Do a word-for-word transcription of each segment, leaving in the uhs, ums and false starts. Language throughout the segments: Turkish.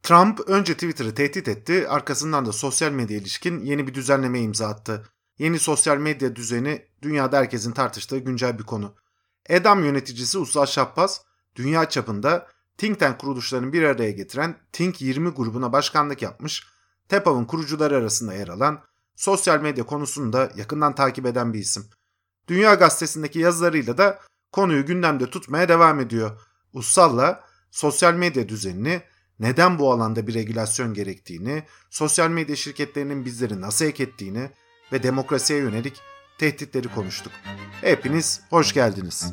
Trump önce Twitter'ı tehdit etti, arkasından da sosyal medya ilişkin yeni bir düzenleme imza attı. Yeni sosyal medya düzeni dünyada herkesin tartıştığı güncel bir konu. EDAM yöneticisi Ussal Şahbaz, dünya çapında think tank kuruluşlarını bir araya getiren Think yirmi grubuna başkanlık yapmış, TEPAV'ın kurucuları arasında yer alan, sosyal medya konusunu da yakından takip eden bir isim. Dünya Gazetesi'ndeki yazılarıyla da konuyu gündemde tutmaya devam ediyor. Ussal'la sosyal medya düzenini, neden bu alanda bir regülasyon gerektiğini, sosyal medya şirketlerinin bizleri nasıl ek ettiğini ve demokrasiye yönelik tehditleri konuştuk. Hepiniz hoş geldiniz.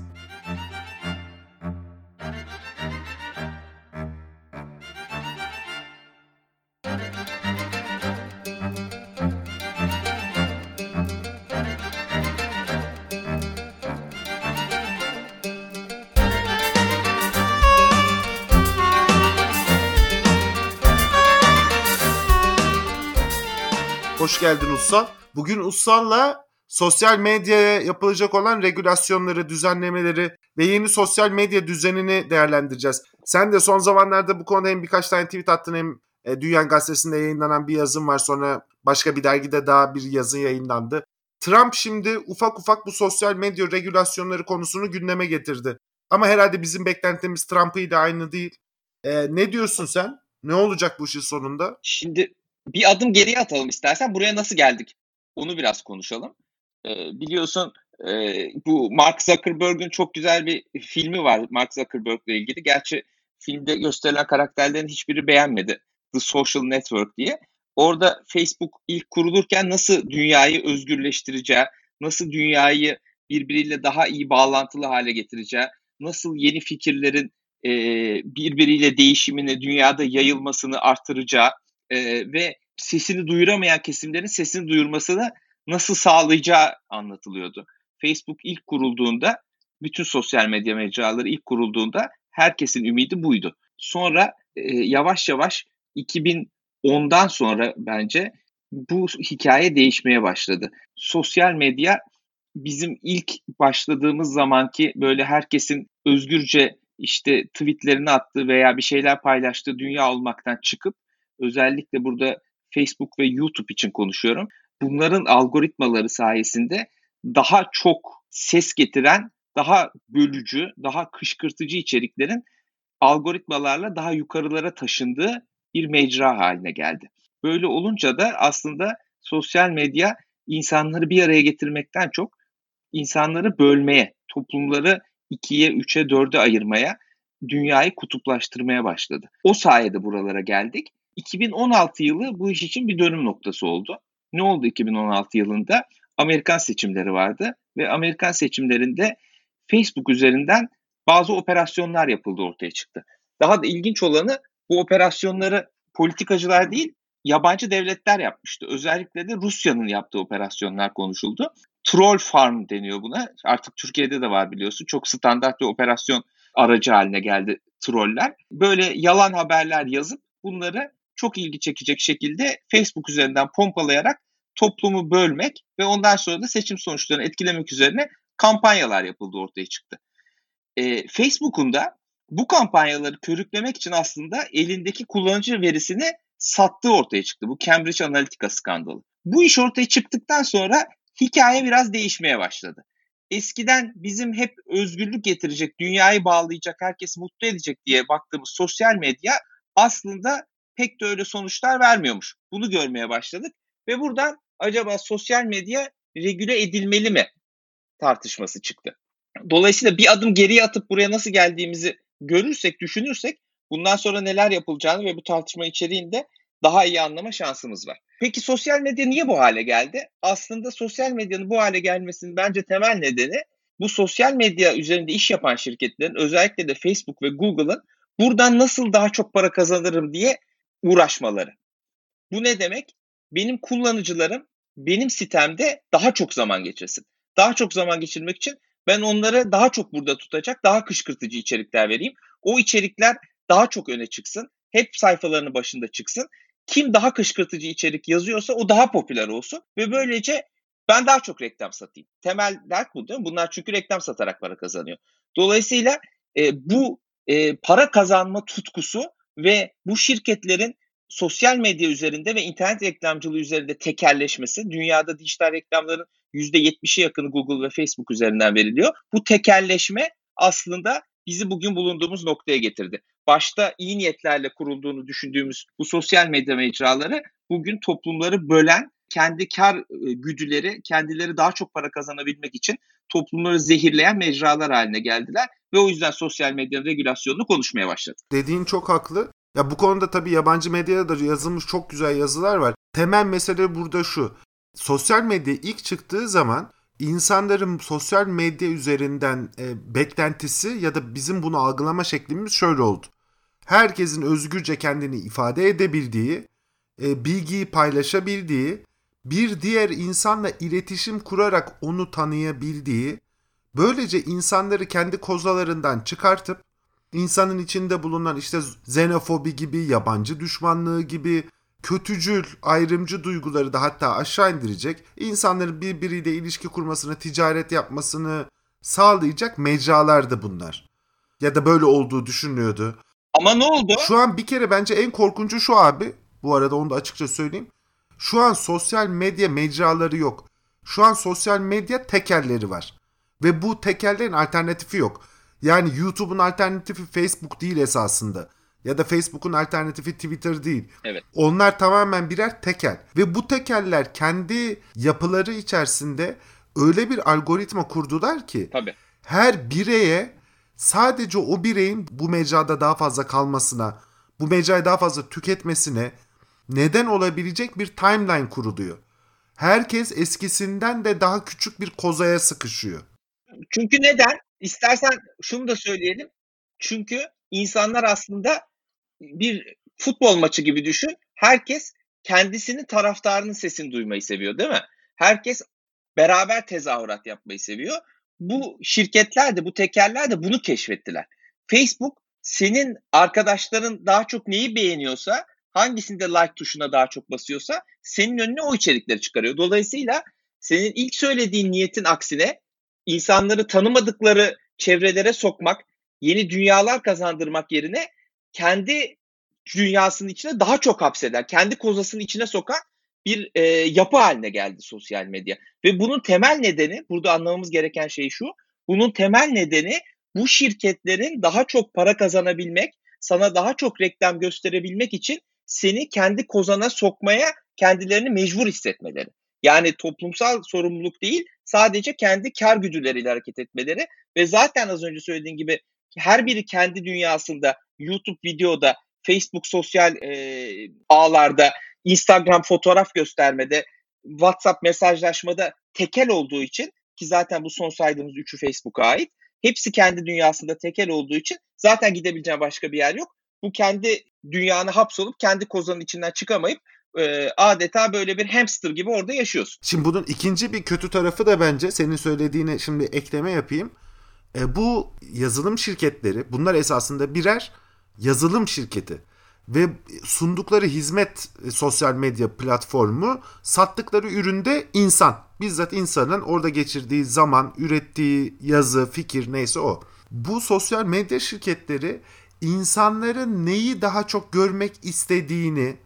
Hoş geldin Ussal. Bugün Ussal'la sosyal medyaya yapılacak olan regülasyonları, düzenlemeleri ve yeni sosyal medya düzenini değerlendireceğiz. Sen de son zamanlarda bu konuda hem birkaç tane tweet attın, hem Dünya Gazetesi'nde yayınlanan bir yazın var. Sonra başka bir dergide daha bir yazı yayınlandı. Trump şimdi ufak ufak bu sosyal medya regülasyonları konusunu gündeme getirdi. Ama herhalde bizim beklentimiz Trump'ı ile aynı değil. Ee, ne diyorsun sen? Ne olacak bu işin sonunda? Şimdi bir adım geriye atalım istersen. Buraya nasıl geldik? Onu biraz konuşalım. Ee, biliyorsun e, bu Mark Zuckerberg'ün çok güzel bir filmi var Mark Zuckerberg'le ilgili. Gerçi filmde gösterilen karakterlerin hiçbiri beğenmedi. The Social Network diye. Orada Facebook ilk kurulurken nasıl dünyayı özgürleştireceği, nasıl dünyayı birbiriyle daha iyi bağlantılı hale getireceği, nasıl yeni fikirlerin e, birbiriyle değişimini, dünyada yayılmasını artıracağı e, ve sesini duyuramayan kesimlerin sesini duyurmasını nasıl sağlayacağı anlatılıyordu. Facebook ilk kurulduğunda, bütün sosyal medya mecraları ilk kurulduğunda herkesin ümidi buydu. Sonra e, yavaş yavaş iki bin ondan sonra bence bu hikaye değişmeye başladı. Sosyal medya bizim ilk başladığımız zamanki böyle herkesin özgürce işte tweetlerini attığı veya bir şeyler paylaştığı dünya olmaktan çıkıp, özellikle burada Facebook ve YouTube için konuşuyorum, bunların algoritmaları sayesinde daha çok ses getiren, daha bölücü, daha kışkırtıcı içeriklerin algoritmalarla daha yukarılara taşındığı bir mecra haline geldi. Böyle olunca da aslında sosyal medya insanları bir araya getirmekten çok insanları bölmeye, toplumları ikiye, üçe, dörde ayırmaya, dünyayı kutuplaştırmaya başladı. O sayede buralara geldik. iki bin on altı yılı bu iş için bir dönüm noktası oldu. Ne oldu iki bin on altı yılında? Amerikan seçimleri vardı ve Amerikan seçimlerinde Facebook üzerinden bazı operasyonlar yapıldı, ortaya çıktı. Daha da ilginç olanı, bu operasyonları politikacılar değil, yabancı devletler yapmıştı. Özellikle de Rusya'nın yaptığı operasyonlar konuşuldu. Troll farm deniyor buna. Artık Türkiye'de de var biliyorsun. Çok standart bir operasyon aracı haline geldi troller. Böyle yalan haberler yazıp bunları çok ilgi çekecek şekilde Facebook üzerinden pompalayarak toplumu bölmek ve ondan sonra da seçim sonuçlarını etkilemek üzerine kampanyalar yapıldı, ortaya çıktı. E, Facebook'un da bu kampanyaları körüklemek için aslında elindeki kullanıcı verisini sattığı ortaya çıktı. Bu Cambridge Analytica skandalı. Bu iş ortaya çıktıktan sonra hikaye biraz değişmeye başladı. Eskiden bizim hep özgürlük getirecek, dünyayı bağlayacak, herkesi mutlu edecek diye baktığımız sosyal medya aslında pek de öyle sonuçlar vermiyormuş. Bunu görmeye başladık ve buradan acaba sosyal medya regüle edilmeli mi tartışması çıktı. Dolayısıyla bir adım geriye atıp buraya nasıl geldiğimizi görürsek, düşünürsek bundan sonra neler yapılacağını ve bu tartışma içeriğinde daha iyi anlama şansımız var. Peki sosyal medya niye bu hale geldi? Aslında sosyal medyanın bu hale gelmesinin bence temel nedeni, bu sosyal medya üzerinde iş yapan şirketlerin, özellikle de Facebook ve Google'ın buradan nasıl daha çok para kazanırım diye uğraşmaları. Bu ne demek? Benim kullanıcılarım benim sitemde daha çok zaman geçirsin. Daha çok zaman geçirmek için ben onları daha çok burada tutacak, daha kışkırtıcı içerikler vereyim. O içerikler daha çok öne çıksın. Hep sayfalarının başında çıksın. Kim daha kışkırtıcı içerik yazıyorsa o daha popüler olsun. Ve böylece ben daha çok reklam satayım. Temel dert bu değil mi? Bunlar çünkü reklam satarak para kazanıyor. Dolayısıyla e, bu e, para kazanma tutkusu ve bu şirketlerin sosyal medya üzerinde ve internet reklamcılığı üzerinde tekelleşmesi, dünyada dijital reklamların yüzde yetmişe yakını Google ve Facebook üzerinden veriliyor. Bu tekelleşme aslında bizi bugün bulunduğumuz noktaya getirdi. Başta iyi niyetlerle kurulduğunu düşündüğümüz bu sosyal medya mecraları bugün toplumları bölen, kendi kar güdüleri, kendileri daha çok para kazanabilmek için toplumları zehirleyen mecralar haline geldiler ve o yüzden sosyal medyanın regülasyonunu konuşmaya başladık. Dediğin çok haklı. Ya bu konuda tabii yabancı medyada da yazılmış çok güzel yazılar var. Temel mesele burada şu. Sosyal medya ilk çıktığı zaman insanların sosyal medya üzerinden e, beklentisi ya da bizim bunu algılama şeklimiz şöyle oldu. Herkesin özgürce kendini ifade edebildiği, e, bilgiyi paylaşabildiği, bir diğer insanla iletişim kurarak onu tanıyabildiği, böylece insanları kendi kozalarından çıkartıp insanın içinde bulunan işte xenofobi gibi, yabancı düşmanlığı gibi, kötücül, ayrımcı duyguları da hatta aşağı indirecek, insanların birbiriyle ilişki kurmasını, ticaret yapmasını sağlayacak mecralardı bunlar. Ya da böyle olduğu düşünülüyordu. Ama ne oldu? Şu an bir kere bence en korkuncu şu abi, bu arada onu da açıkça söyleyeyim. Şu an sosyal medya mecraları yok. Şu an sosyal medya tekelleri var. Ve bu tekellerin alternatifi yok. Yani YouTube'un alternatifi Facebook değil esasında. Ya da Facebook'un alternatifi Twitter değil. Evet. Onlar tamamen birer tekel. Ve bu tekeller kendi yapıları içerisinde öyle bir algoritma kurdular ki Tabii. her bireye sadece o bireyin bu mecrada daha fazla kalmasına, bu mecrayı daha fazla tüketmesine neden olabilecek bir timeline kuruluyor. Herkes eskisinden de daha küçük bir kozaya sıkışıyor. Çünkü neden? İstersen şunu da söyleyelim. Çünkü insanlar aslında bir futbol maçı gibi düşün. Herkes kendisinin taraftarının sesini duymayı seviyor, değil mi? Herkes beraber tezahürat yapmayı seviyor. Bu şirketler de, bu tekeller de bunu keşfettiler. Facebook senin arkadaşların daha çok neyi beğeniyorsa, hangisinde like tuşuna daha çok basıyorsa senin önüne o içerikleri çıkarıyor. Dolayısıyla senin ilk söylediğin niyetin aksine insanları tanımadıkları çevrelere sokmak, yeni dünyalar kazandırmak yerine kendi dünyasının içine daha çok hapseden, kendi kozasının içine sokan bir e, yapı haline geldi sosyal medya. Ve bunun temel nedeni, burada anlamamız gereken şey şu, bunun temel nedeni bu şirketlerin daha çok para kazanabilmek, sana daha çok reklam gösterebilmek için seni kendi kozana sokmaya kendilerini mecbur hissetmeleri. Yani toplumsal sorumluluk değil, sadece kendi kar güdüleriyle hareket etmeleri ve zaten az önce söylediğim gibi her biri kendi dünyasında, YouTube videoda, Facebook sosyal e, ağlarda, Instagram fotoğraf göstermede, WhatsApp mesajlaşmada tekel olduğu için, ki zaten bu son saydığımız üçü Facebook'a ait, hepsi kendi dünyasında tekel olduğu için zaten gidebileceğin başka bir yer yok. Bu kendi dünyana hapsolup kendi kozanın içinden çıkamayıp e, adeta böyle bir hamster gibi orada yaşıyorsun. Şimdi bunun ikinci bir kötü tarafı da bence senin söylediğine şimdi ekleme yapayım. E, bu yazılım şirketleri, bunlar esasında birer yazılım şirketi ve sundukları hizmet e, sosyal medya platformu, sattıkları üründe insan. Bizzat insanın orada geçirdiği zaman, ürettiği yazı, fikir neyse o. Bu sosyal medya şirketleri insanların neyi daha çok görmek istediğini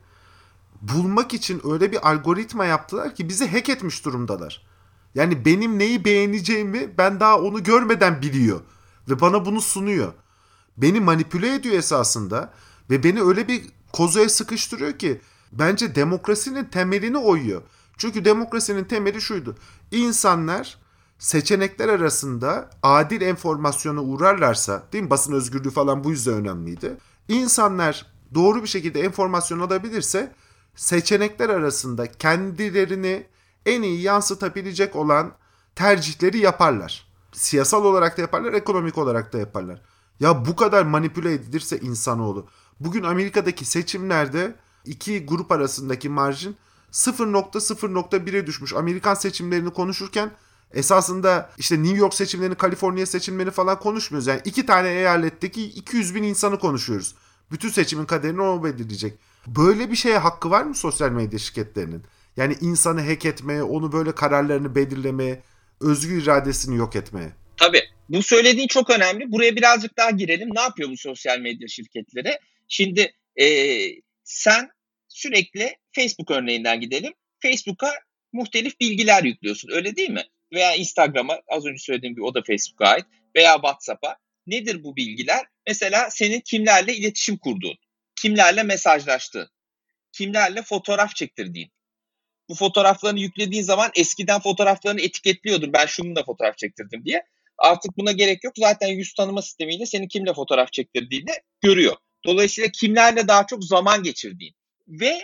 bulmak için öyle bir algoritma yaptılar ki bizi hack etmiş durumdalar. Yani benim neyi beğeneceğimi ben daha onu görmeden biliyor ve bana bunu sunuyor. Beni manipüle ediyor esasında ve beni öyle bir kozaya sıkıştırıyor ki bence demokrasinin temelini oyuyor. Çünkü demokrasinin temeli şuydu: İnsanlar seçenekler arasında adil enformasyona uğrarlarsa, değil mi? Basın özgürlüğü falan bu yüzden önemliydi. İnsanlar doğru bir şekilde enformasyon alabilirse seçenekler arasında kendilerini en iyi yansıtabilecek olan tercihleri yaparlar. Siyasal olarak da yaparlar, ekonomik olarak da yaparlar. Ya bu kadar manipüle edilirse insanoğlu. Bugün Amerika'daki seçimlerde iki grup arasındaki marjin sıfır nokta sıfır nokta bire düşmüş. Amerikan seçimlerini konuşurken esasında işte New York seçimlerini, Kaliforniya seçimlerini falan konuşmuyoruz. Yani iki tane eyaletteki iki yüz bin insanı konuşuyoruz. Bütün seçimin kaderini o belirleyecek. Böyle bir şeye hakkı var mı sosyal medya şirketlerinin? Yani insanı hack etmeye, onu böyle kararlarını belirlemeye, özgür iradesini yok etmeye. Tabii. Bu söylediğin çok önemli. Buraya birazcık daha girelim. Ne yapıyor bu sosyal medya şirketleri? Şimdi Ee, sen sürekli Facebook örneğinden gidelim. Facebook'a muhtelif bilgiler yüklüyorsun, öyle değil mi? Veya Instagram'a, az önce söylediğim gibi o da Facebook'a ait. Veya WhatsApp'a. Nedir bu bilgiler? Mesela senin kimlerle iletişim kurduğun, kimlerle mesajlaştığın, kimlerle fotoğraf çektirdiğin. Bu fotoğraflarını yüklediğin zaman eskiden fotoğraflarını etiketliyordun. Ben şununla fotoğraf çektirdim diye. Artık buna gerek yok. Zaten yüz tanıma sistemiyle senin kimle fotoğraf çektirdiğini görüyor. Dolayısıyla kimlerle daha çok zaman geçirdiğin ve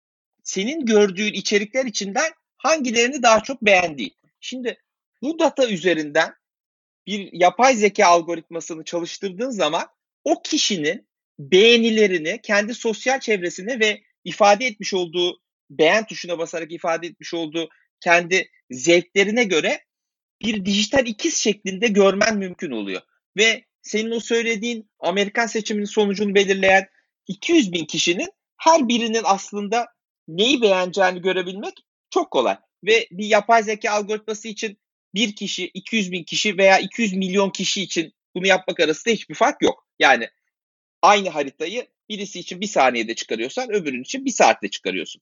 senin gördüğün içerikler içinden hangilerini daha çok beğendiğin. Şimdi bu data üzerinden bir yapay zeka algoritmasını çalıştırdığın zaman o kişinin beğenilerini kendi sosyal çevresine ve ifade etmiş olduğu, beğen tuşuna basarak ifade etmiş olduğu kendi zevklerine göre bir dijital ikiz şeklinde görmen mümkün oluyor. Ve senin o söylediğin Amerikan seçiminin sonucunu belirleyen iki yüz bin kişinin her birinin aslında neyi beğeneceğini görebilmek çok kolay. Ve bir yapay zeka algoritması için bir kişi, iki yüz bin kişi veya iki yüz milyon kişi için bunu yapmak arasında hiçbir fark yok. Yani aynı haritayı birisi için bir saniyede çıkarıyorsan öbürünün için bir saatte çıkarıyorsun.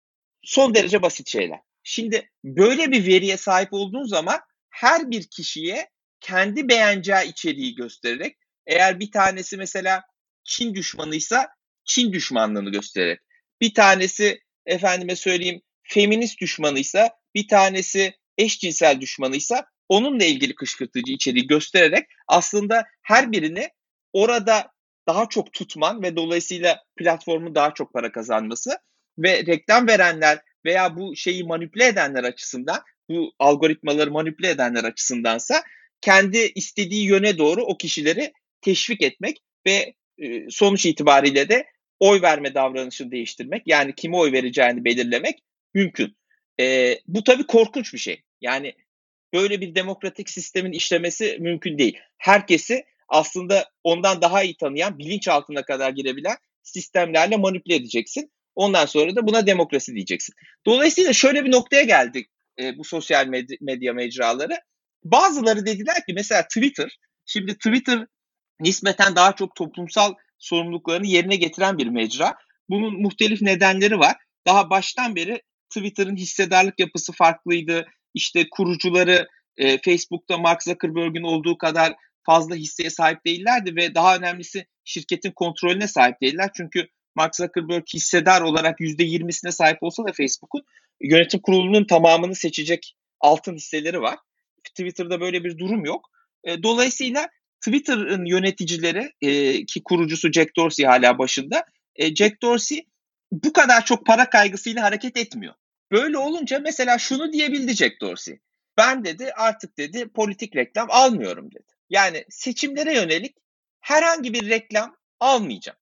Son derece basit şeyler. Şimdi böyle bir veriye sahip olduğun zaman her bir kişiye kendi beğeneceği içeriği göstererek, eğer bir tanesi mesela Çin düşmanıysa Çin düşmanlığını göstererek, bir tanesi efendime söyleyeyim feminist düşmanıysa, bir tanesi eşcinsel düşmanıysa onunla ilgili kışkırtıcı içeriği göstererek aslında her birini orada daha çok tutman ve dolayısıyla platformun daha çok para kazanması ve reklam verenler veya bu şeyi manipüle edenler açısından, bu algoritmaları manipüle edenler açısındansa kendi istediği yöne doğru o kişileri teşvik etmek ve e, sonuç itibariyle de oy verme davranışını değiştirmek, yani kime oy vereceğini belirlemek mümkün. E, bu tabii korkunç bir şey. Yani böyle bir demokratik sistemin işlemesi mümkün değil. Herkesi aslında ondan daha iyi tanıyan, bilinçaltına kadar girebilen sistemlerle manipüle edeceksin. Ondan sonra da buna demokrasi diyeceksin. Dolayısıyla şöyle bir noktaya geldik e, bu sosyal medya, medya mecraları. Bazıları dediler ki mesela Twitter, şimdi Twitter nispeten daha çok toplumsal sorumluluklarını yerine getiren bir mecra. Bunun muhtelif nedenleri var. Daha baştan beri Twitter'ın hissedarlık yapısı farklıydı. İşte kurucuları e, Facebook'ta Mark Zuckerberg'ün olduğu kadar fazla hisseye sahip değillerdi ve daha önemlisi şirketin kontrolüne sahip değiller. Çünkü Mark Zuckerberg hissedar olarak yüzde yirmisine sahip olsa da Facebook'un yönetim kurulunun tamamını seçecek altın hisseleri var. Twitter'da böyle bir durum yok. E, dolayısıyla Twitter'ın yöneticileri e, ki kurucusu Jack Dorsey hala başında. E, Jack Dorsey bu kadar çok para kaygısıyla hareket etmiyor. Böyle olunca mesela şunu diyebildi Jack Dorsey. Ben dedi artık dedi politik reklam almıyorum dedi. Yani seçimlere yönelik herhangi bir reklam almayacağım.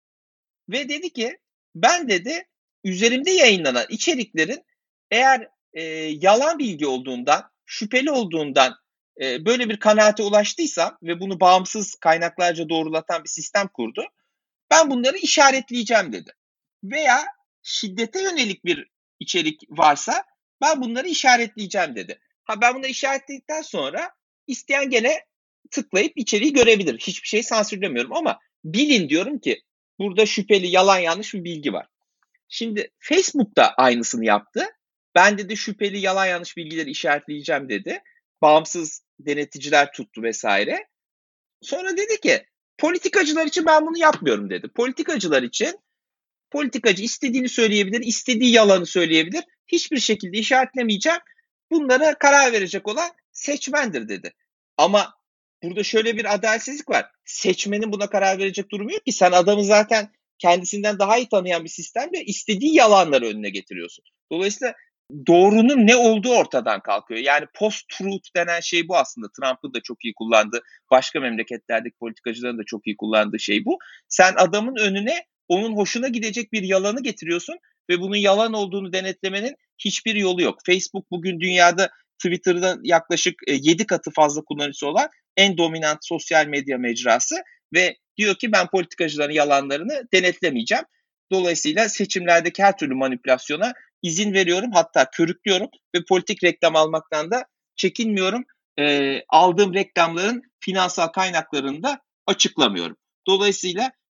Ve dedi ki ben dedi üzerimde yayınlanan içeriklerin eğer e, yalan bilgi olduğundan, şüpheli olduğundan e, böyle bir kanaate ulaştıysam ve bunu bağımsız kaynaklarca doğrulatan bir sistem kurdu, ben bunları işaretleyeceğim dedi. Veya şiddete yönelik bir içerik varsa ben bunları işaretleyeceğim dedi. Ha ben bunları işaretledikten sonra isteyen gene tıklayıp içeriği görebilir. Hiçbir şey sansürlemiyorum ama bilin diyorum ki burada şüpheli, yalan, yanlış bir bilgi var. Şimdi Facebook da aynısını yaptı. Ben dedi şüpheli, yalan, yanlış bilgileri işaretleyeceğim dedi. Bağımsız deneticiler tuttu vesaire. Sonra dedi ki politikacılar için ben bunu yapmıyorum dedi. Politikacılar için politikacı istediğini söyleyebilir, istediği yalanı söyleyebilir. Hiçbir şekilde işaretlemeyeceğim. Bunlara karar verecek olan seçmendir dedi. Ama burada şöyle bir adaletsizlik var. Seçmenin buna karar verecek durumu yok ki. Sen adamı zaten kendisinden daha iyi tanıyan bir sistemle istediği yalanları önüne getiriyorsun. Dolayısıyla doğrunun ne olduğu ortadan kalkıyor. Yani post-truth denen şey bu aslında. Trump'ın da çok iyi kullandığı, başka memleketlerdeki politikacıların da çok iyi kullandığı şey bu. Sen adamın önüne onun hoşuna gidecek bir yalanı getiriyorsun ve bunun yalan olduğunu denetlemenin hiçbir yolu yok. Facebook bugün dünyada Twitter'dan yaklaşık yedi katı fazla kullanıcısı olan en dominant sosyal medya mecrası ve diyor ki ben politikacıların yalanlarını denetlemeyeceğim. Dolayısıyla seçimlerdeki her türlü manipülasyona izin veriyorum, hatta körüklüyorum ve politik reklam almaktan da çekinmiyorum. E, aldığım reklamların finansal kaynaklarını da açıklamıyorum. Dolayısıyla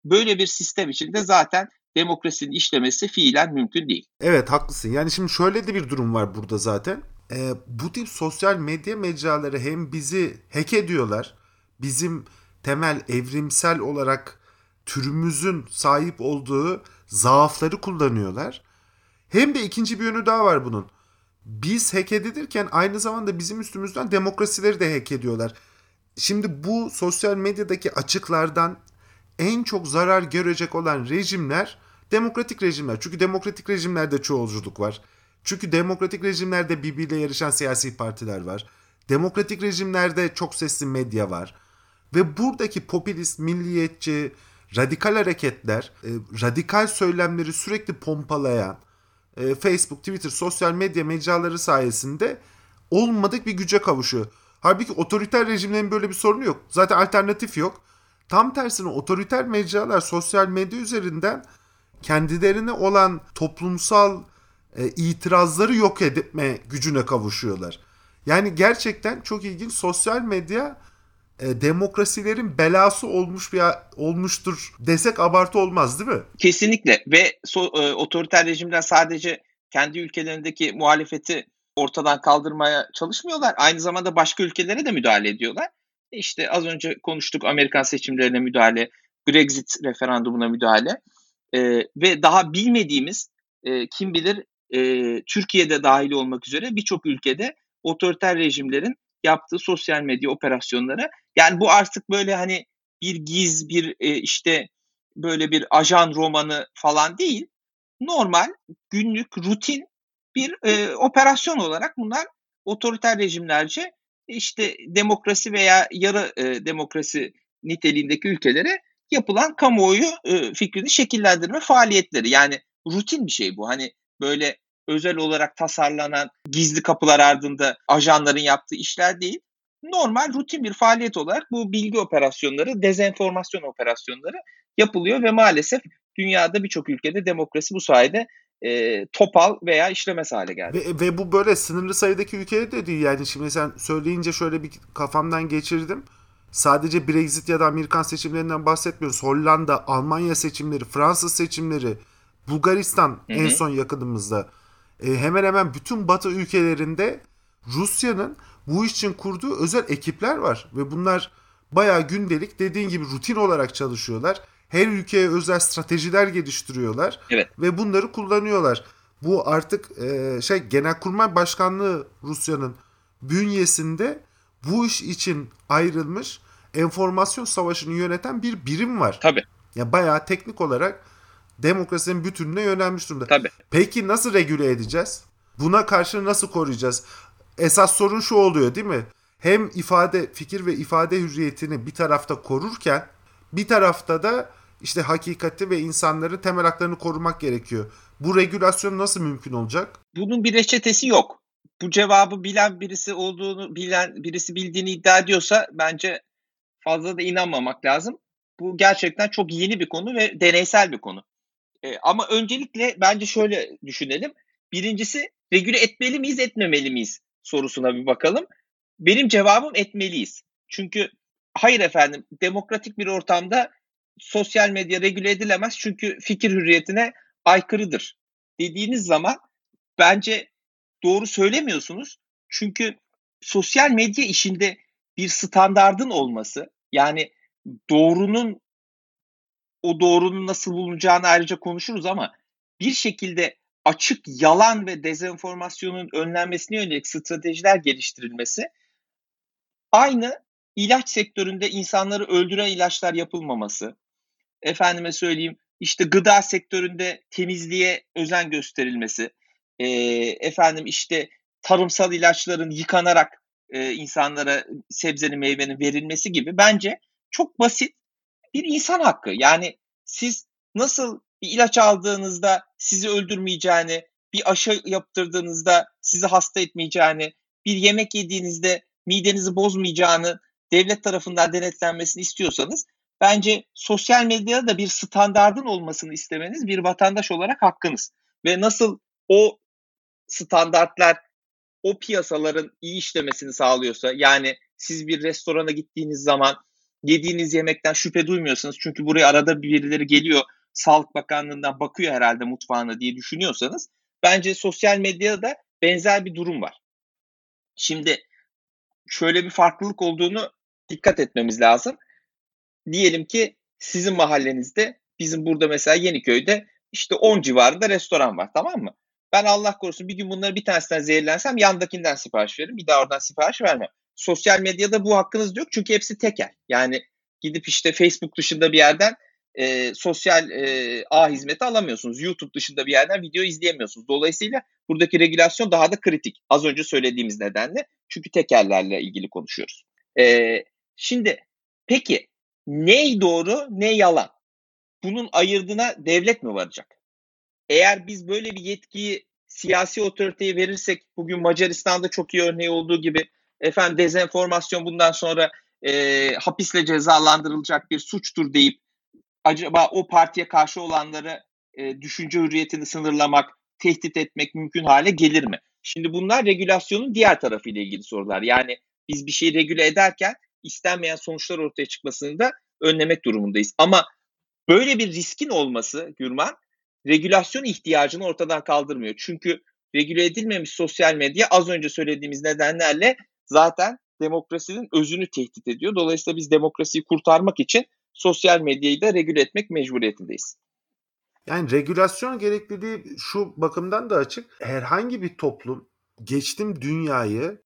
Böyle bir sistem içinde zaten demokrasinin işlemesi fiilen mümkün değil. Evet, haklısın. Yani şimdi şöyle de bir durum var burada zaten. Ee, bu tip sosyal medya mecraları hem bizi hack ediyorlar, bizim temel evrimsel olarak türümüzün sahip olduğu zaafları kullanıyorlar. Hem de ikinci bir yönü daha var bunun. Biz hack edilirken aynı zamanda bizim üstümüzden demokrasileri de hack ediyorlar. Şimdi bu sosyal medyadaki açıklardan en çok zarar görecek olan rejimler demokratik rejimler. Çünkü demokratik rejimlerde çoğulculuk var. Çünkü demokratik rejimlerde birbiriyle yarışan siyasi partiler var. Demokratik rejimlerde çok sesli medya var. Ve buradaki popülist, milliyetçi, radikal hareketler, e, radikal söylemleri sürekli pompalayan e, Facebook, Twitter, sosyal medya mecraları sayesinde olmadık bir güce kavuşuyor. Halbuki otoriter rejimlerin böyle bir sorunu yok. Zaten alternatif yok. Tam tersine otoriter mecralar sosyal medya üzerinden kendilerine olan toplumsal e, itirazları yok etme gücüne kavuşuyorlar. Yani gerçekten çok ilginç, sosyal medya e, demokrasilerin belası olmuş bir olmuştur desek abartı olmaz değil mi? Kesinlikle ve so, e, otoriter rejimler sadece kendi ülkelerindeki muhalefeti ortadan kaldırmaya çalışmıyorlar. Aynı zamanda başka ülkelere de müdahale ediyorlar. İşte az önce konuştuk, Amerikan seçimlerine müdahale, Brexit referandumuna müdahale e, ve daha bilmediğimiz e, kim bilir e, Türkiye'de dahil olmak üzere birçok ülkede otoriter rejimlerin yaptığı sosyal medya operasyonları. Yani bu artık böyle hani bir giz, bir e, işte böyle bir ajan romanı falan değil. Normal, günlük, rutin bir e, operasyon olarak bunlar otoriter rejimlerce işte demokrasi veya yarı e, demokrasi niteliğindeki ülkelere yapılan kamuoyu e, fikrini şekillendirme faaliyetleri. Yani rutin bir şey bu. Hani böyle özel olarak tasarlanan gizli kapılar ardında ajanların yaptığı işler değil. Normal rutin bir faaliyet olarak bu bilgi operasyonları, dezenformasyon operasyonları yapılıyor ve maalesef dünyada birçok ülkede demokrasi bu sayede e, topal veya işlemez hale geldi. Ve, ve bu böyle sınırlı sayıdaki ülkede de değil. Yani şimdi sen söyleyince şöyle bir kafamdan geçirdim. Sadece Brexit ya da Amerikan seçimlerinden bahsetmiyoruz. Hollanda, Almanya seçimleri, Fransız seçimleri, Bulgaristan hı hı. En son yakınımızda. E, hemen hemen bütün Batı ülkelerinde Rusya'nın bu iş için kurduğu özel ekipler var. Ve bunlar bayağı gündelik, dediğin gibi rutin olarak çalışıyorlar. Her ülkeye özel stratejiler geliştiriyorlar. Evet. Ve bunları kullanıyorlar. Bu artık e, şey Genelkurmay Başkanlığı Rusya'nın bünyesinde bu iş için ayrılmış enformasyon savaşını yöneten bir birim var. Tabii. Ya bayağı teknik olarak demokrasinin bütününe yönelmiş durumda. Tabii. Peki nasıl regüle edeceğiz? Buna karşı nasıl koruyacağız? Esas sorun şu oluyor değil mi? Hem ifade, fikir ve ifade hürriyetini bir tarafta korurken bir tarafta da işte hakikati ve insanların temel haklarını korumak gerekiyor. Bu regülasyon nasıl mümkün olacak? Bunun bir reçetesi yok. Bu cevabı bilen birisi olduğunu, bilen birisi bildiğini iddia ediyorsa bence fazla da inanmamak lazım. Bu gerçekten çok yeni bir konu ve deneysel bir konu. E, ama öncelikle bence şöyle düşünelim. Birincisi, regüle etmeli miyiz, etmemeli miyiz sorusuna bir bakalım. Benim cevabım etmeliyiz. Çünkü hayır efendim, demokratik bir ortamda sosyal medya regüle edilemez çünkü fikir hürriyetine aykırıdır dediğiniz zaman bence doğru söylemiyorsunuz. Çünkü sosyal medya işinde bir standardın olması, yani doğrunun o doğrunun nasıl bulunacağını ayrıca konuşuruz ama bir şekilde açık yalan ve dezenformasyonun önlenmesine yönelik stratejiler geliştirilmesi, aynı ilaç sektöründe insanları öldüren ilaçlar yapılmaması, efendime söyleyeyim işte gıda sektöründe temizliğe özen gösterilmesi, e, efendim işte tarımsal ilaçların yıkanarak e, insanlara sebzenin meyvenin verilmesi gibi bence çok basit bir insan hakkı. Yani siz nasıl bir ilaç aldığınızda sizi öldürmeyeceğini, bir aşı yaptırdığınızda sizi hasta etmeyeceğini, bir yemek yediğinizde midenizi bozmayacağını devlet tarafından denetlenmesini istiyorsanız, bence sosyal medyada da bir standardın olmasını istemeniz bir vatandaş olarak hakkınız. Ve nasıl o standartlar o piyasaların iyi işlemesini sağlıyorsa, yani siz bir restorana gittiğiniz zaman yediğiniz yemekten şüphe duymuyorsanız, çünkü buraya arada birileri geliyor, Sağlık Bakanlığı'ndan bakıyor herhalde mutfağına diye düşünüyorsanız, bence sosyal medyada da benzer bir durum var. Şimdi şöyle bir farklılık olduğunu dikkat etmemiz lazım. Diyelim ki sizin mahallenizde, bizim burada mesela Yeniköy'de işte on civarında restoran var, tamam mı? Ben Allah korusun bir gün bunları bir tanesinden zehirlensem yandakinden sipariş veririm. Bir daha oradan sipariş vermem. Sosyal medyada bu hakkınız yok çünkü hepsi tekel. Yani gidip işte Facebook dışında bir yerden e, sosyal e, ağ hizmeti alamıyorsunuz. YouTube dışında bir yerden video izleyemiyorsunuz. Dolayısıyla buradaki regülasyon daha da kritik. Az önce söylediğimiz nedenle. Çünkü tekellerle ilgili konuşuyoruz. E, şimdi peki ne doğru ne yalan? Bunun ayırdına devlet mi varacak? Eğer biz böyle bir yetkiyi siyasi otoriteye verirsek, bugün Macaristan'da çok iyi örneği olduğu gibi, efendim dezenformasyon bundan sonra e, hapisle cezalandırılacak bir suçtur deyip acaba o partiye karşı olanları e, düşünce hürriyetini sınırlamak, tehdit etmek mümkün hale gelir mi? Şimdi bunlar regülasyonun diğer tarafıyla ilgili sorular. Yani biz bir şeyi regüle ederken istenmeyen sonuçlar ortaya çıkmasını da önlemek durumundayız. Ama böyle bir riskin olması Gürman, regülasyon ihtiyacını ortadan kaldırmıyor. Çünkü regüle edilmemiş sosyal medya az önce söylediğimiz nedenlerle zaten demokrasinin özünü tehdit ediyor. Dolayısıyla biz demokrasiyi kurtarmak için sosyal medyayı da regüle etmek mecburiyetindeyiz. Yani regülasyon gerekliliği şu bakımdan da açık. Herhangi bir toplum geçtim dünyayı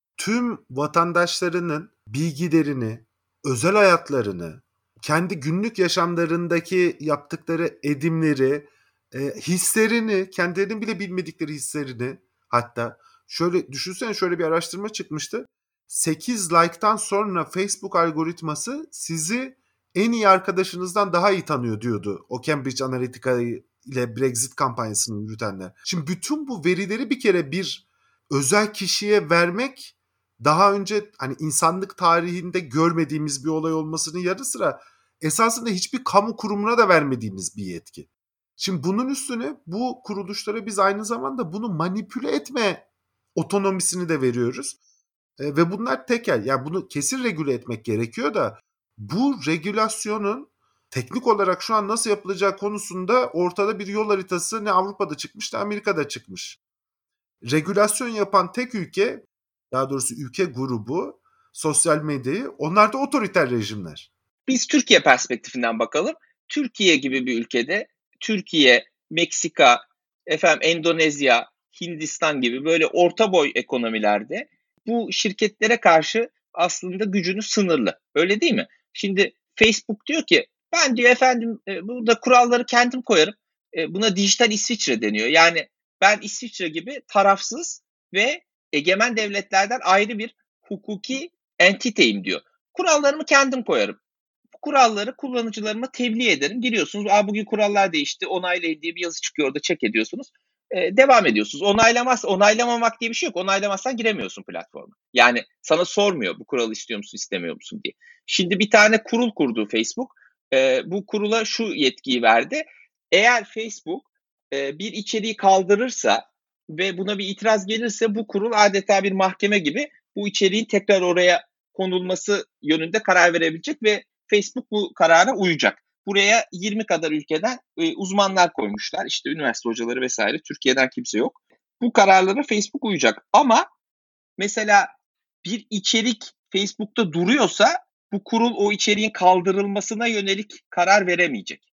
tüm vatandaşlarının bilgilerini, özel hayatlarını, kendi günlük yaşamlarındaki yaptıkları edimleri, e, hislerini, kendilerinin bile bilmedikleri hislerini, hatta şöyle düşünsene, şöyle bir araştırma çıkmıştı. sekiz like'tan sonra Facebook algoritması sizi en iyi arkadaşınızdan daha iyi tanıyor diyordu. O Cambridge Analytica ile Brexit kampanyasını yürütenler. Şimdi bütün bu verileri bir kere bir özel kişiye vermek daha önce hani insanlık tarihinde görmediğimiz bir olay olmasının yanı sıra esasında hiçbir kamu kurumuna da vermediğimiz bir yetki. Şimdi bunun üstüne bu kuruluşlara biz aynı zamanda bunu manipüle etme otonomisini de veriyoruz. E, ve bunlar tekel. Yani bunu kesin regüle etmek gerekiyor da bu regülasyonun teknik olarak şu an nasıl yapılacağı konusunda ortada bir yol haritası ne Avrupa'da çıkmış ne Amerika'da çıkmış. Regülasyon yapan tek ülke, daha doğrusu ülke grubu sosyal medyayı, onlar da otoriter rejimler. Biz Türkiye perspektifinden bakalım. Türkiye gibi bir ülkede, Türkiye, Meksika, efendim Endonezya, Hindistan gibi böyle orta boy ekonomilerde bu şirketlere karşı aslında gücünü sınırlı. Öyle değil mi? Şimdi Facebook diyor ki ben diyor efendim e, burada kuralları kendim koyarım. E, buna dijital İsviçre deniyor. Yani ben İsviçre gibi tarafsız ve egemen devletlerden ayrı bir hukuki entiteyim diyor. Kurallarımı kendim koyarım. Bu kuralları kullanıcılarıma tebliğ ederim. Giriyorsunuz, Aa, bugün kurallar değişti, onaylayın diye bir yazı çıkıyor, orada check ediyorsunuz. Ee, devam ediyorsunuz. Onaylamaz, onaylamamak diye bir şey yok. Onaylamazsan giremiyorsun platforma. Yani sana sormuyor bu kuralı istiyor musun, istemiyor musun diye. Şimdi bir tane kurul kurdu Facebook. Ee, bu kurula şu yetkiyi verdi. Eğer Facebook e, bir içeriği kaldırırsa ve buna bir itiraz gelirse bu kurul adeta bir mahkeme gibi bu içeriğin tekrar oraya konulması yönünde karar verebilecek ve Facebook bu karara uyacak. Buraya yirmi kadar ülkeden e, uzmanlar koymuşlar. İşte üniversite hocaları vesaire. Türkiye'den kimse yok. Bu kararlara Facebook uyacak. Ama mesela bir içerik Facebook'ta duruyorsa bu kurul o içeriğin kaldırılmasına yönelik karar veremeyecek.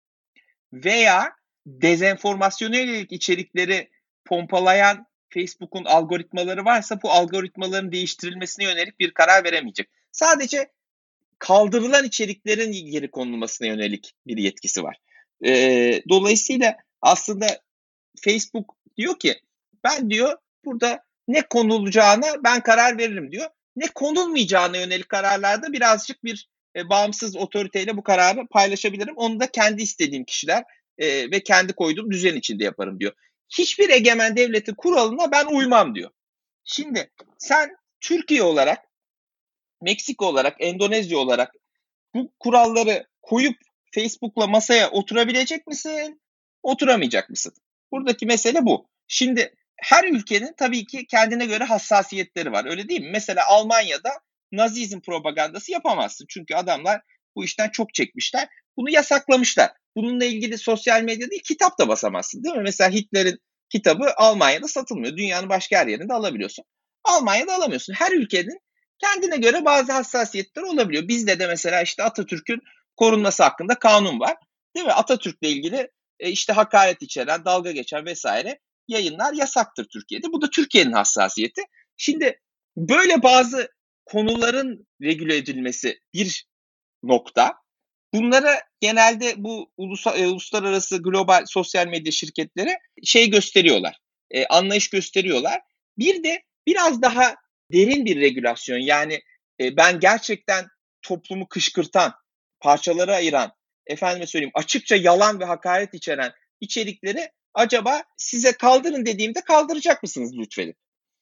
Veya dezenformasyona yönelik içerikleri pompalayan Facebook'un algoritmaları varsa bu algoritmaların değiştirilmesine yönelik bir karar veremeyecek. Sadece kaldırılan içeriklerin geri konulmasına yönelik bir yetkisi var. Ee, dolayısıyla aslında Facebook diyor ki ben diyor burada ne konulacağına ben karar veririm diyor. Ne konulmayacağına yönelik kararlarda birazcık bir e, bağımsız otoriteyle bu kararı paylaşabilirim. Onu da kendi istediğim kişiler e, ve kendi koyduğum düzen içinde yaparım diyor. Hiçbir egemen devletin kuralına ben uymam diyor. Şimdi sen Türkiye olarak, Meksika olarak, Endonezya olarak bu kuralları koyup Facebook'la masaya oturabilecek misin? Oturamayacak mısın? Buradaki mesele bu. Şimdi her ülkenin tabii ki kendine göre hassasiyetleri var. Öyle değil mi? Mesela Almanya'da Nazizm propagandası yapamazsın. Çünkü adamlar bu işten çok çekmişler. Bunu yasaklamışlar. Bununla ilgili sosyal medyada değil, kitap da basamazsın değil mi? Mesela Hitler'in kitabı Almanya'da satılmıyor. Dünyanın başka her yerinde alabiliyorsun. Almanya'da alamıyorsun. Her ülkenin kendine göre bazı hassasiyetler olabiliyor. Bizde de mesela işte Atatürk'ün korunması hakkında kanun var. Değil mi? Atatürk'le ilgili e, işte hakaret içeren, dalga geçen vesaire yayınlar yasaktır Türkiye'de. Bu da Türkiye'nin hassasiyeti. Şimdi böyle bazı konuların regüle edilmesi bir nokta. Bunlara genelde bu ulusal, e, uluslararası global sosyal medya şirketleri şey gösteriyorlar, e, anlayış gösteriyorlar. Bir de biraz daha derin bir regülasyon, yani e, ben gerçekten toplumu kışkırtan, parçalara ayıran, efendime söyleyeyim açıkça yalan ve hakaret içeren içerikleri acaba size kaldırın dediğimde kaldıracak mısınız lütfedip?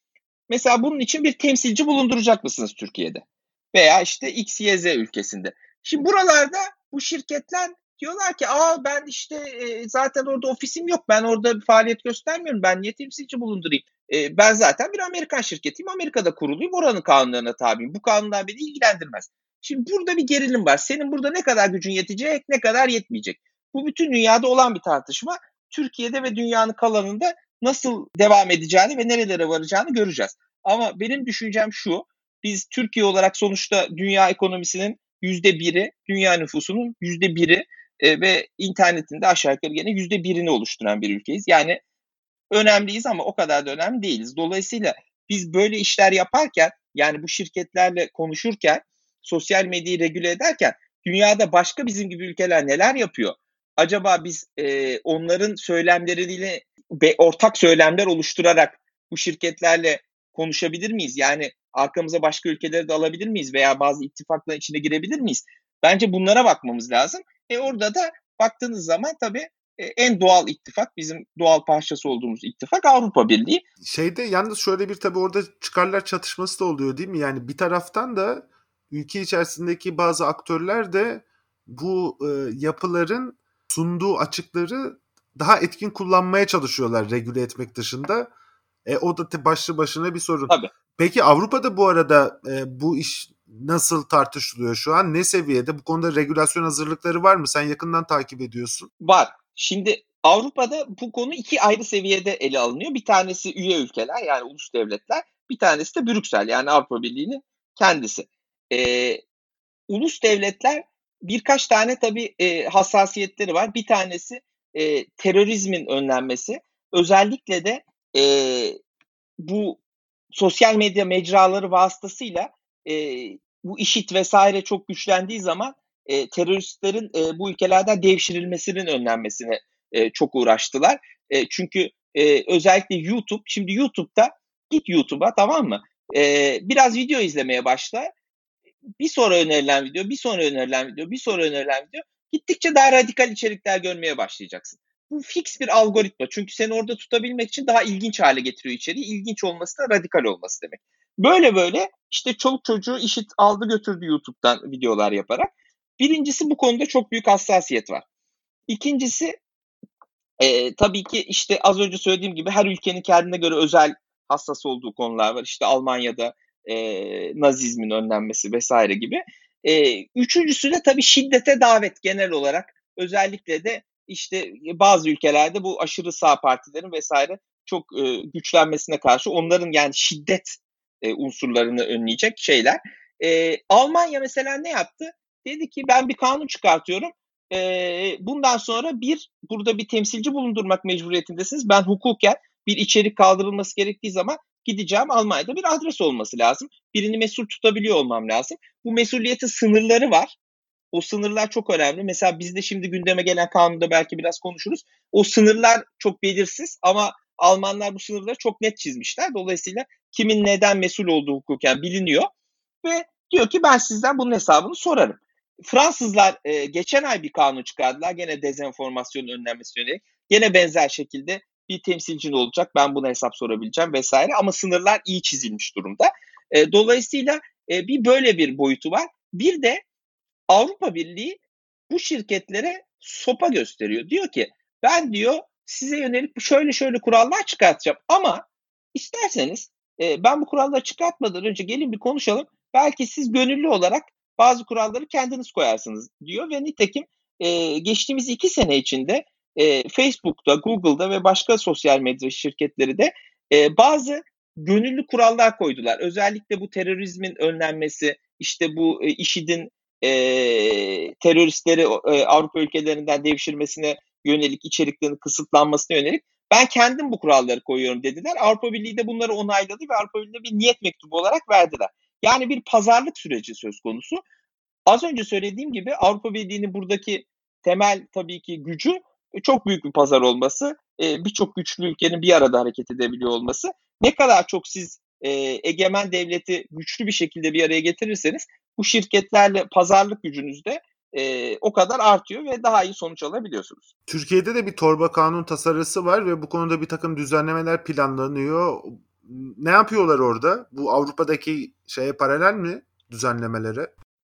Mesela bunun için bir temsilci bulunduracak mısınız Türkiye'de? Veya işte X, Y, Z ülkesinde. Şimdi buralarda bu şirketler diyorlar ki aa ben işte e, zaten orada ofisim yok. Ben orada bir faaliyet göstermiyorum. Ben niye temsilci bulundurayım? E, ben zaten bir Amerikan şirketiyim. Amerika'da kuruluyum. Oranın kanunlarına tabiyim. Bu kanunlar beni ilgilendirmez. Şimdi burada bir gerilim var. Senin burada ne kadar gücün yetecek, ne kadar yetmeyecek. Bu bütün dünyada olan bir tartışma. Türkiye'de ve dünyanın kalanında nasıl devam edeceğini ve nerelere varacağını göreceğiz. Ama benim düşüncem şu, biz Türkiye olarak sonuçta dünya ekonomisinin yüzde biri, dünya nüfusunun yüzde biri e, ve internetin de aşağı yukarı gene yüzde birini oluşturan bir ülkeyiz. Yani önemliyiz ama o kadar da önemli değiliz. Dolayısıyla biz böyle işler yaparken, yani bu şirketlerle konuşurken, sosyal medyayı regüle ederken dünyada başka bizim gibi ülkeler neler yapıyor? Acaba biz e, onların söylemleriyle ve ortak söylemler oluşturarak bu şirketlerle konuşabilir miyiz? Yani arkamıza başka ülkeleri de alabilir miyiz veya bazı ittifakların içine girebilir miyiz? Bence bunlara bakmamız lazım. E orada da baktığınız zaman tabii e, en doğal ittifak, bizim doğal parçası olduğumuz ittifak Avrupa Birliği. Şeyde yalnız şöyle bir tabii orada çıkarlar çatışması da oluyor değil mi? Yani bir taraftan da ülke içerisindeki bazı aktörler de bu e, yapıların sunduğu açıkları daha etkin kullanmaya çalışıyorlar regüle etmek dışında. E, o da başlı başına bir sorun. Tabii. Peki Avrupa'da bu arada e, bu iş nasıl tartışılıyor şu an? Ne seviyede? Bu konuda regülasyon hazırlıkları var mı? Sen yakından takip ediyorsun. Var. Şimdi Avrupa'da bu konu iki ayrı seviyede ele alınıyor. Bir tanesi üye ülkeler, yani ulus devletler. Bir tanesi de Brüksel, yani Avrupa Birliği'nin kendisi. Ee, ulus devletler birkaç tane tabii e, hassasiyetleri var. Bir tanesi e, terörizmin önlenmesi. Özellikle de e, bu sosyal medya mecraları vasıtasıyla e, bu IŞİD vesaire çok güçlendiği zaman e, teröristlerin e, bu ülkelerden devşirilmesinin önlenmesine e, çok uğraştılar. E, çünkü e, özellikle YouTube, şimdi YouTube'da git YouTube'a, tamam mı? E, biraz video izlemeye başla. Bir sonra önerilen video, bir sonra önerilen video, bir sonra önerilen video. Gittikçe daha radikal içerikler görmeye başlayacaksın. Bu fix bir algoritma. Çünkü seni orada tutabilmek için daha ilginç hale getiriyor içeriği. İlginç olması da radikal olması demek. Böyle böyle işte çoluk çocuğu IŞİD aldı götürdü YouTube'dan videolar yaparak. Birincisi, bu konuda çok büyük hassasiyet var. İkincisi, e, tabii ki işte az önce söylediğim gibi her ülkenin kendine göre özel hassas olduğu konular var. İşte Almanya'da e, Nazizmin önlenmesi vesaire gibi. E, üçüncüsü de tabii şiddete davet genel olarak. Özellikle de işte bazı ülkelerde bu aşırı sağ partilerin vesaire çok e, güçlenmesine karşı onların yani şiddet e, unsurlarını önleyecek şeyler. E, Almanya mesela ne yaptı? Dedi ki ben bir kanun çıkartıyorum. E, bundan sonra bir burada bir temsilci bulundurmak mecburiyetindesiniz. Ben hukuken bir içerik kaldırılması gerektiği zaman gideceğim, Almanya'da bir adres olması lazım. Birini mesul tutabiliyor olmam lazım. Bu mesuliyetin sınırları var. O sınırlar çok önemli. Mesela bizde şimdi gündeme gelen kanunda belki biraz konuşuruz. O sınırlar çok belirsiz ama Almanlar bu sınırları çok net çizmişler. Dolayısıyla kimin neden mesul olduğu hukuken biliniyor ve diyor ki ben sizden bunun hesabını sorarım. Fransızlar e, geçen ay bir kanun çıkardılar. Gene dezenformasyonun önlenmesi yönelik. Gene benzer şekilde bir temsilcin olacak. Ben buna hesap sorabileceğim vesaire. Ama sınırlar iyi çizilmiş durumda. E, dolayısıyla e, bir böyle bir boyutu var. Bir de Avrupa Birliği bu şirketlere sopa gösteriyor. Diyor ki ben diyor size yönelik şöyle şöyle kurallar çıkartacağım ama isterseniz e, ben bu kuralları çıkartmadan önce gelin bir konuşalım. Belki siz gönüllü olarak bazı kuralları kendiniz koyarsınız diyor ve nitekim e, geçtiğimiz iki sene içinde e, Facebook'ta, Google'da ve başka sosyal medya şirketleri de e, bazı gönüllü kurallar koydular. Özellikle bu terörizmin önlenmesi, işte bu e, IŞİD'in e, teröristleri e, Avrupa ülkelerinden devşirmesine yönelik, içeriklerin kısıtlanmasına yönelik ben kendim bu kuralları koyuyorum dediler. Avrupa Birliği de bunları onayladı ve Avrupa Birliği'ne bir niyet mektubu olarak verdiler. Yani bir pazarlık süreci söz konusu. Az önce söylediğim gibi Avrupa Birliği'nin buradaki temel tabii ki gücü çok büyük bir pazar olması, e, birçok güçlü ülkenin bir arada hareket edebiliyor olması. Ne kadar çok siz e, egemen devleti güçlü bir şekilde bir araya getirirseniz bu şirketlerle pazarlık gücünüz de e, o kadar artıyor ve daha iyi sonuç alabiliyorsunuz. Türkiye'de de bir torba kanun tasarısı var ve bu konuda bir takım düzenlemeler planlanıyor. Ne yapıyorlar orada? Bu Avrupa'daki şeye paralel mi düzenlemelere?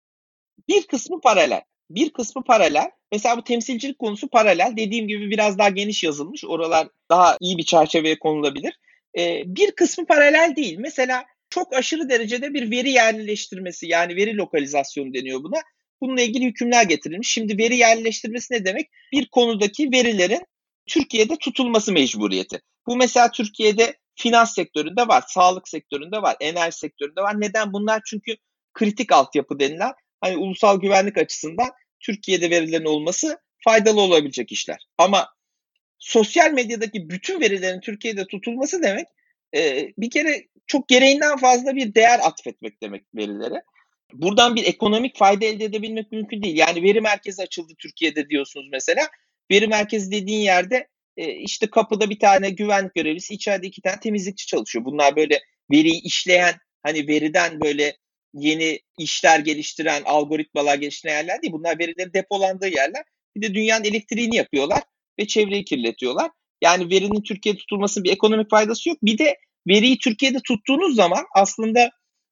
Bir kısmı paralel. Bir kısmı paralel. Mesela bu temsilcilik konusu paralel. Dediğim gibi biraz daha geniş yazılmış. Oralar daha iyi bir çerçeveye konulabilir. Ee, bir kısmı paralel değil. Mesela çok aşırı derecede bir veri yerleştirmesi, yani veri lokalizasyonu deniyor buna. Bununla ilgili hükümler getirilmiş. Şimdi veri yerleştirmesi ne demek? Bir konudaki verilerin Türkiye'de tutulması mecburiyeti. Bu mesela Türkiye'de finans sektöründe var, sağlık sektöründe var, enerji sektöründe var. Neden? Bunlar çünkü kritik altyapı denilen, hani ulusal güvenlik açısından Türkiye'de verilerin olması faydalı olabilecek işler. Ama sosyal medyadaki bütün verilerin Türkiye'de tutulması demek e, bir kere çok gereğinden fazla bir değer atfetmek demek verilere. Buradan bir ekonomik fayda elde edebilmek mümkün değil. Yani veri merkezi açıldı Türkiye'de diyorsunuz mesela. Veri merkezi dediğin yerde e, işte kapıda bir tane güvenlik görevlisi, içeride iki tane temizlikçi çalışıyor. Bunlar böyle veriyi işleyen, hani veriden böyle yeni işler geliştiren, algoritmalar geliştiren yerler değil. Bunlar verilerin depolandığı yerler. Bir de dünyanın elektriğini yapıyorlar ve çevreyi kirletiyorlar. Yani verinin Türkiye'de tutulmasının bir ekonomik faydası yok. Bir de veriyi Türkiye'de tuttuğunuz zaman aslında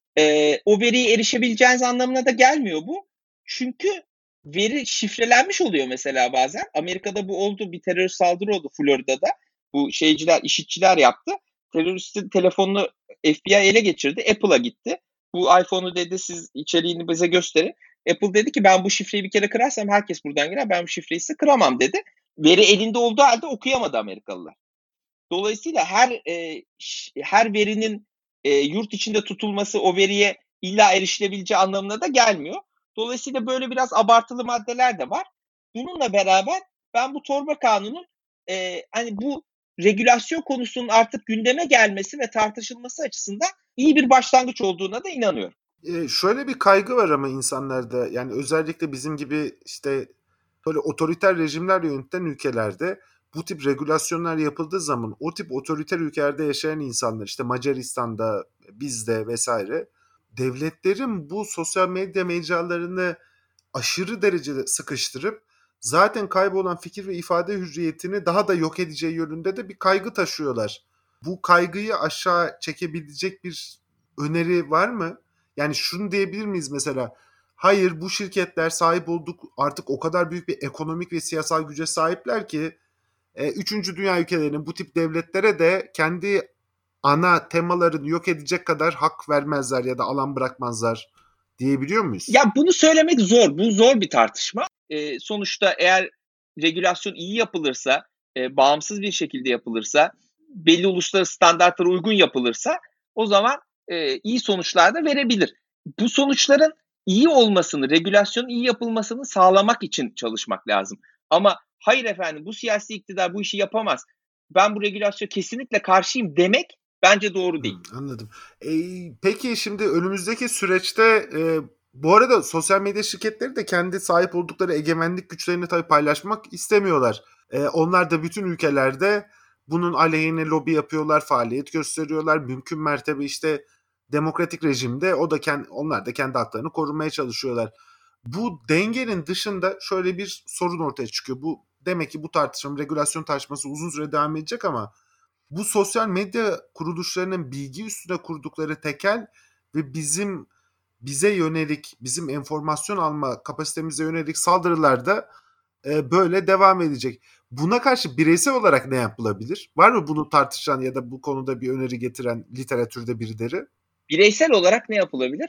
e, o veriye erişebileceğiniz anlamına da gelmiyor bu. Çünkü veri şifrelenmiş oluyor mesela bazen. Amerika'da bu oldu. Bir terörist saldırı oldu Florida'da. Bu şeyciler, işitçiler yaptı. Teröristin telefonunu F B I ele geçirdi. Apple'a gitti. Bu iPhone'u dedi siz içeriğini bize gösterin. Apple dedi ki ben bu şifreyi bir kere kırarsam herkes buradan girer. Ben bu şifreyi size kıramam dedi. Veri elinde olduğu halde okuyamadı Amerikalılar. Dolayısıyla her e, her verinin e, yurt içinde tutulması o veriye illa erişilebileceği anlamına da gelmiyor. Dolayısıyla böyle biraz abartılı maddeler de var. Bununla beraber ben bu torba kanunun e, hani bu regülasyon konusunun artık gündeme gelmesi ve tartışılması açısından iyi bir başlangıç olduğuna da inanıyorum. E, şöyle bir kaygı var ama insanlarda, yani özellikle bizim gibi işte böyle otoriter rejimler yöneten ülkelerde bu tip regülasyonlar yapıldığı zaman o tip otoriter ülkelerde yaşayan insanlar, işte Macaristan'da, bizde vesaire, devletlerin bu sosyal medya mecralarını aşırı derecede sıkıştırıp zaten kaybolan fikir ve ifade hürriyetini daha da yok edeceği yönünde de bir kaygı taşıyorlar. Bu kaygıyı aşağı çekebilecek bir öneri var mı? Yani şunu diyebilir miyiz mesela? Hayır, bu şirketler sahip olduk artık o kadar büyük bir ekonomik ve siyasal güce sahipler ki e, üçüncü dünya ülkelerinin bu tip devletlere de kendi ana temalarını yok edecek kadar hak vermezler ya da alan bırakmazlar diyebiliyor muyuz? Ya bunu söylemek zor. Bu zor bir tartışma. Ee, sonuçta eğer regülasyon iyi yapılırsa, e, bağımsız bir şekilde yapılırsa, belli uluslararası standartlara uygun yapılırsa o zaman e, iyi sonuçlar da verebilir. Bu sonuçların iyi olmasını, regülasyonun iyi yapılmasını sağlamak için çalışmak lazım. Ama hayır efendim bu siyasi iktidar bu işi yapamaz, ben bu regülasyona kesinlikle karşıyım demek bence doğru değil. Hmm, anladım. E, peki şimdi önümüzdeki süreçte e, bu arada sosyal medya şirketleri de kendi sahip oldukları egemenlik güçlerini tabii paylaşmak istemiyorlar. E, onlar da bütün ülkelerde bunun aleyhine lobi yapıyorlar, faaliyet gösteriyorlar. Mümkün mertebe işte demokratik rejimde o da kendi, onlar da kendi haklarını korumaya çalışıyorlar. Bu dengenin dışında şöyle bir sorun ortaya çıkıyor. Bu demek ki bu tartışma, regülasyon tartışması uzun süre devam edecek ama bu sosyal medya kuruluşlarının bilgi üstüne kurdukları tekel ve bizim bize yönelik, bizim enformasyon alma kapasitemize yönelik saldırılar da e, böyle devam edecek. Buna karşı bireysel olarak ne yapılabilir? Var mı bunu tartışan ya da bu konuda bir öneri getiren literatürde birileri? Bireysel olarak ne yapılabilir?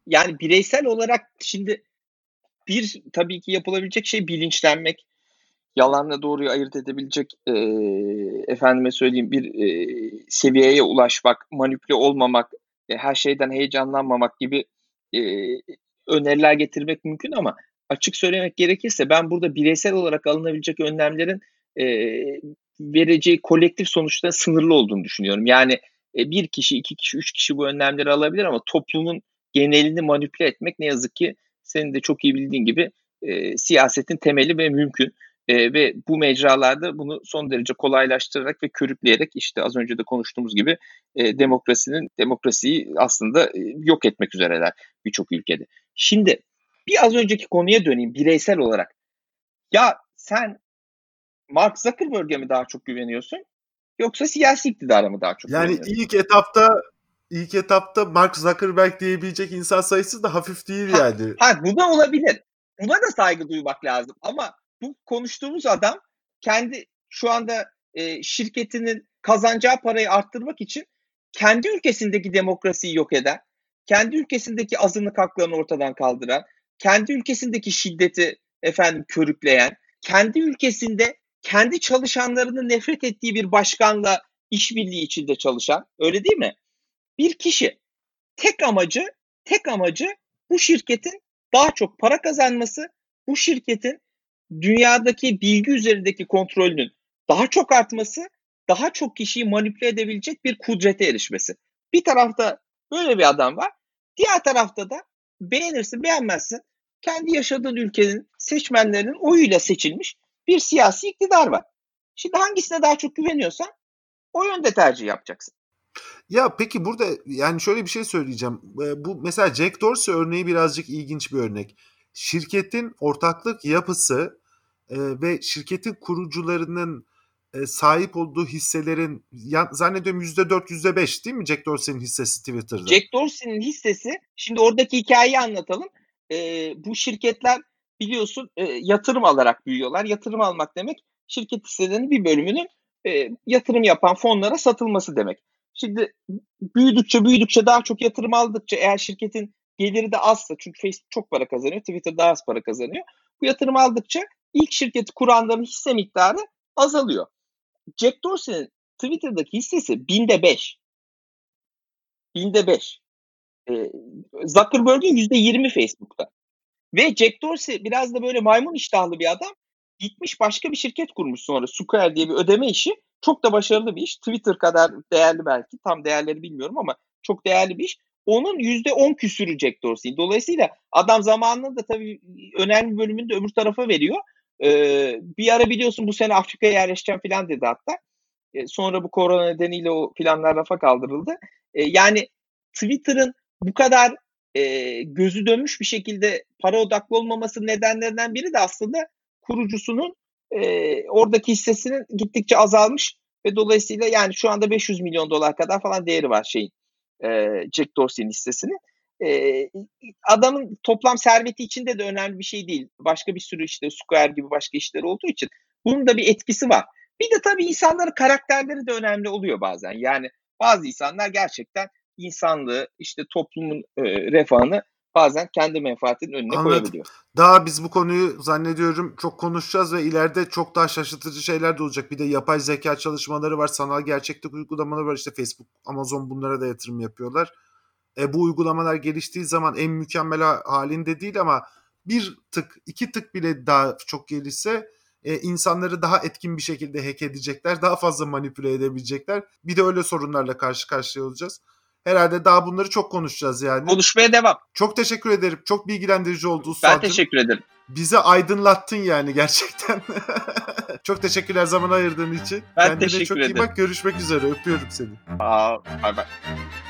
yani bireysel olarak şimdi bir tabii ki yapılabilecek şey bilinçlenmek. Yalanla doğruyu ayırt edebilecek e, efendime söyleyeyim bir e, seviyeye ulaşmak, manipüle olmamak, e, her şeyden heyecanlanmamak gibi e, öneriler getirmek mümkün ama açık söylemek gerekirse ben burada bireysel olarak alınabilecek önlemlerin e, vereceği kolektif sonuçların sınırlı olduğunu düşünüyorum. Yani e, bir kişi, iki kişi, üç kişi bu önlemleri alabilir ama toplumun genelini manipüle etmek ne yazık ki senin de çok iyi bildiğin gibi e, siyasetin temeli ve mümkün. E, ve bu mecralarda bunu son derece kolaylaştırarak ve körükleyerek işte az önce de konuştuğumuz gibi e, demokrasinin demokrasiyi aslında e, yok etmek üzereler birçok ülkede. Şimdi bir az önceki konuya döneyim bireysel olarak. Ya sen Mark Zuckerberg'e mi daha çok güveniyorsun yoksa siyasi iktidara mı daha çok Yani güveniyorsun? ilk etapta ilk etapta Mark Zuckerberg diyebilecek insan sayısı da hafif değil Ha, yani. ha bu da olabilir. Buna da saygı duymak lazım ama bu konuştuğumuz adam kendi şu anda e, şirketinin kazanacağı parayı arttırmak için kendi ülkesindeki demokrasiyi yok eden, kendi ülkesindeki azınlık haklarını ortadan kaldıran, kendi ülkesindeki şiddeti efendim körükleyen, kendi ülkesinde kendi çalışanlarını nefret ettiği bir başkanla işbirliği içinde çalışan, öyle değil mi? Bir kişi tek amacı tek amacı bu şirketin daha çok para kazanması, bu şirketin dünyadaki bilgi üzerindeki kontrolünün daha çok artması, daha çok kişiyi manipüle edebilecek bir kudrete erişmesi. Bir tarafta böyle bir adam var. Diğer tarafta da beğenirsin beğenmezsin kendi yaşadığın ülkenin seçmenlerinin oyuyla seçilmiş bir siyasi iktidar var. Şimdi hangisine daha çok güveniyorsan o yönde tercih yapacaksın. Ya peki burada yani şöyle bir şey söyleyeceğim. E, Bu mesela Jack Dorsey örneği birazcık ilginç bir örnek. Şirketin ortaklık yapısı e, ve şirketin kurucularının e, sahip olduğu hisselerin ya, zannediyorum yüzde dört yüzde beş değil mi Jack Dorsey'nin hissesi Twitter'da? Jack Dorsey'nin hissesi, şimdi oradaki hikayeyi anlatalım. Ee, bu şirketler biliyorsun e, yatırım alarak büyüyorlar. Yatırım almak demek şirket hisselerinin bir bölümünün e, yatırım yapan fonlara satılması demek. Şimdi büyüdükçe büyüdükçe daha çok yatırım aldıkça eğer şirketin geliri de azsa çünkü Facebook çok para kazanıyor, Twitter daha az para kazanıyor. Bu yatırım aldıkça ilk şirketi kuranların hisse miktarı azalıyor. Jack Dorsey'nin Twitter'daki hissesi binde beş. Binde beş. Ee, Zuckerberg'in yüzde yirmi Facebook'ta. Ve Jack Dorsey biraz da böyle maymun iştahlı bir adam. Gitmiş başka bir şirket kurmuş sonra. Square diye bir ödeme işi. Çok da başarılı bir iş. Twitter kadar değerli belki. Tam değerleri bilmiyorum ama çok değerli bir iş. Onun yüzde on küsürü Jack Dorsey. Dolayısıyla adam zamanında da tabii önemli bölümünü de öbür tarafa veriyor. Ee, bir ara biliyorsun bu sene Afrika'ya yerleşeceğim falan dedi hatta. Ee, sonra bu korona nedeniyle o planlar rafa kaldırıldı. Ee, yani Twitter'ın bu kadar e, gözü dönmüş bir şekilde para odaklı olmaması nedenlerinden biri de aslında kurucusunun e, oradaki hissesinin gittikçe azalmış ve dolayısıyla yani şu anda beş yüz milyon dolar kadar falan değeri var şeyin e, Jack Dorsey'nin hissesinin. E, adamın toplam serveti içinde de önemli bir şey değil. Başka bir sürü işte Square gibi başka işleri olduğu için bunun da bir etkisi var. Bir de tabii insanların karakterleri de önemli oluyor bazen. Yani bazı insanlar gerçekten insanlığı, işte toplumun e, refahını bazen kendi menfaatinin önüne Anladım. koyabiliyor. Daha biz bu konuyu zannediyorum çok konuşacağız ve ileride çok daha şaşırtıcı şeyler de olacak. Bir de yapay zeka çalışmaları var, sanal gerçeklik uygulamaları var. İşte Facebook, Amazon bunlara da yatırım yapıyorlar. E, bu uygulamalar geliştiği zaman en mükemmel halinde değil ama bir tık, iki tık bile daha çok gelişse e, insanları daha etkin bir şekilde hack edecekler. Daha fazla manipüle edebilecekler. Bir de öyle sorunlarla karşı karşıya olacağız. Herhalde daha bunları çok konuşacağız yani. Konuşmaya devam. Çok teşekkür ederim. Çok bilgilendirici oldu Ustalcığım. Ben teşekkür ederim. Bizi aydınlattın yani gerçekten. Çok teşekkürler zaman ayırdığın için. Ben Kendine teşekkür çok ederim. iyi bak. Görüşmek üzere. Öpüyorum seni. Aa, bay bay.